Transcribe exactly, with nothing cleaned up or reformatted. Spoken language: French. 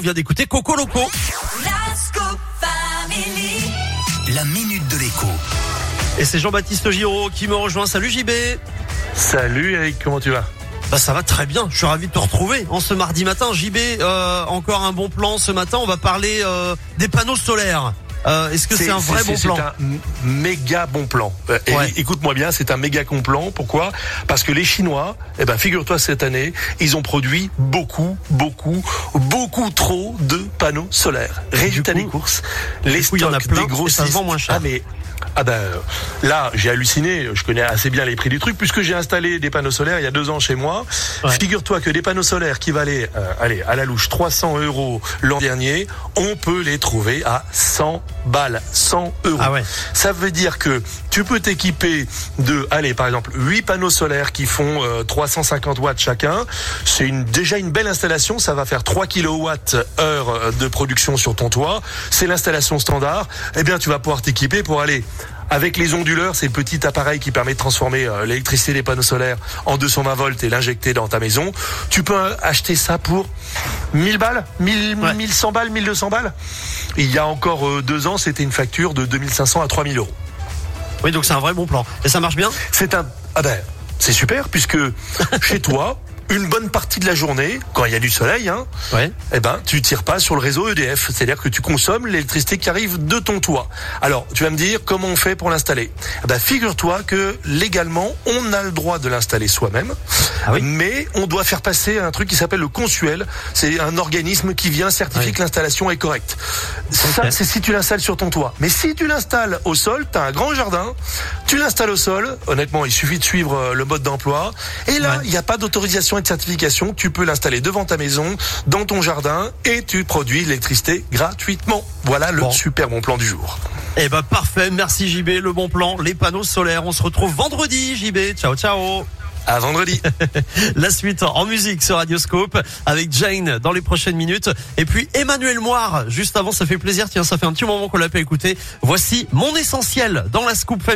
vient d'écouter Coco Loco. La Scoop Family. La minute de l'écho. Et c'est Jean-Baptiste Giraud qui me rejoint. Salut J B. Salut Eric, comment tu vas ? Bah ça va très bien, je suis ravi de te retrouver en ce mardi matin. J B, euh, encore un bon plan ce matin, on va parler euh, des panneaux solaires. Euh, est-ce que c'est, c'est un vrai c'est, bon c'est plan ? C'est un m- méga bon plan. Euh, ouais. Écoute-moi bien, c'est un méga bon plan. Pourquoi ? Parce que les Chinois, eh ben, figure-toi cette année, ils ont produit beaucoup, beaucoup, beaucoup trop de panneaux solaires. Résultat des courses, les coup, stocks des grossistes. Ça se vend moins cher. Ah mais Ah ben là j'ai halluciné, je connais assez bien les prix du truc puisque j'ai installé des panneaux solaires il y a deux ans chez moi. Ouais. Figure-toi que des panneaux solaires qui valaient euh, allez à la louche trois cents euros l'an dernier, on peut les trouver à cent balles, cent euros. Ah ouais. Ça veut dire que tu peux t'équiper de allez par exemple huit panneaux solaires qui font euh, trois cent cinquante watts chacun. C'est une, déjà une belle installation, ça va faire trois kilowatts heure de production sur ton toit. C'est l'installation standard. Eh bien tu vas pouvoir t'équiper pour aller avec les onduleurs, c'est le petit appareil qui permet de transformer euh, l'électricité des panneaux solaires en deux cent vingt volts et l'injecter dans ta maison. Tu peux acheter ça pour mille balles, mille, ouais. mille cent balles, mille deux cents balles. Et il y a encore euh, deux ans, c'était une facture de deux mille cinq cents à trois mille euros. Oui, donc c'est un vrai bon plan. Et ça marche bien ? C'est un, ah ben, c'est super puisque chez toi, une bonne partie de la journée, quand il y a du soleil, hein, ouais. eh ben, tu tires pas sur le réseau E D F. C'est-à-dire que tu consommes l'électricité qui arrive de ton toit. Alors, tu vas me dire, comment on fait pour l'installer ? Eh ben, figure-toi que, légalement, on a le droit de l'installer soi-même. Ah oui ? Mais on doit faire passer un truc qui s'appelle le Consuel. C'est un organisme qui vient certifier oui. que l'installation est correcte. Ça, okay. c'est si tu l'installes sur ton toit. Mais si tu l'installes au sol, t'as un grand jardin, tu l'installes au sol, honnêtement, il suffit de suivre le mode d'emploi. Et là, il ouais. n'y a pas d'autorisation et de certification, tu peux l'installer devant ta maison, dans ton jardin, et tu produis l'électricité gratuitement. Voilà le bon. super bon plan du jour. Eh ben parfait, merci J B, le bon plan, les panneaux solaires. On se retrouve vendredi J B, ciao ciao. À vendredi. La suite en musique sur Radioscope avec Jane dans les prochaines minutes. Et puis Emmanuel Moire, juste avant, ça fait plaisir, tiens, ça fait un petit moment qu'on l'a pas écouté. Voici Mon Essentiel dans la Scoop Family.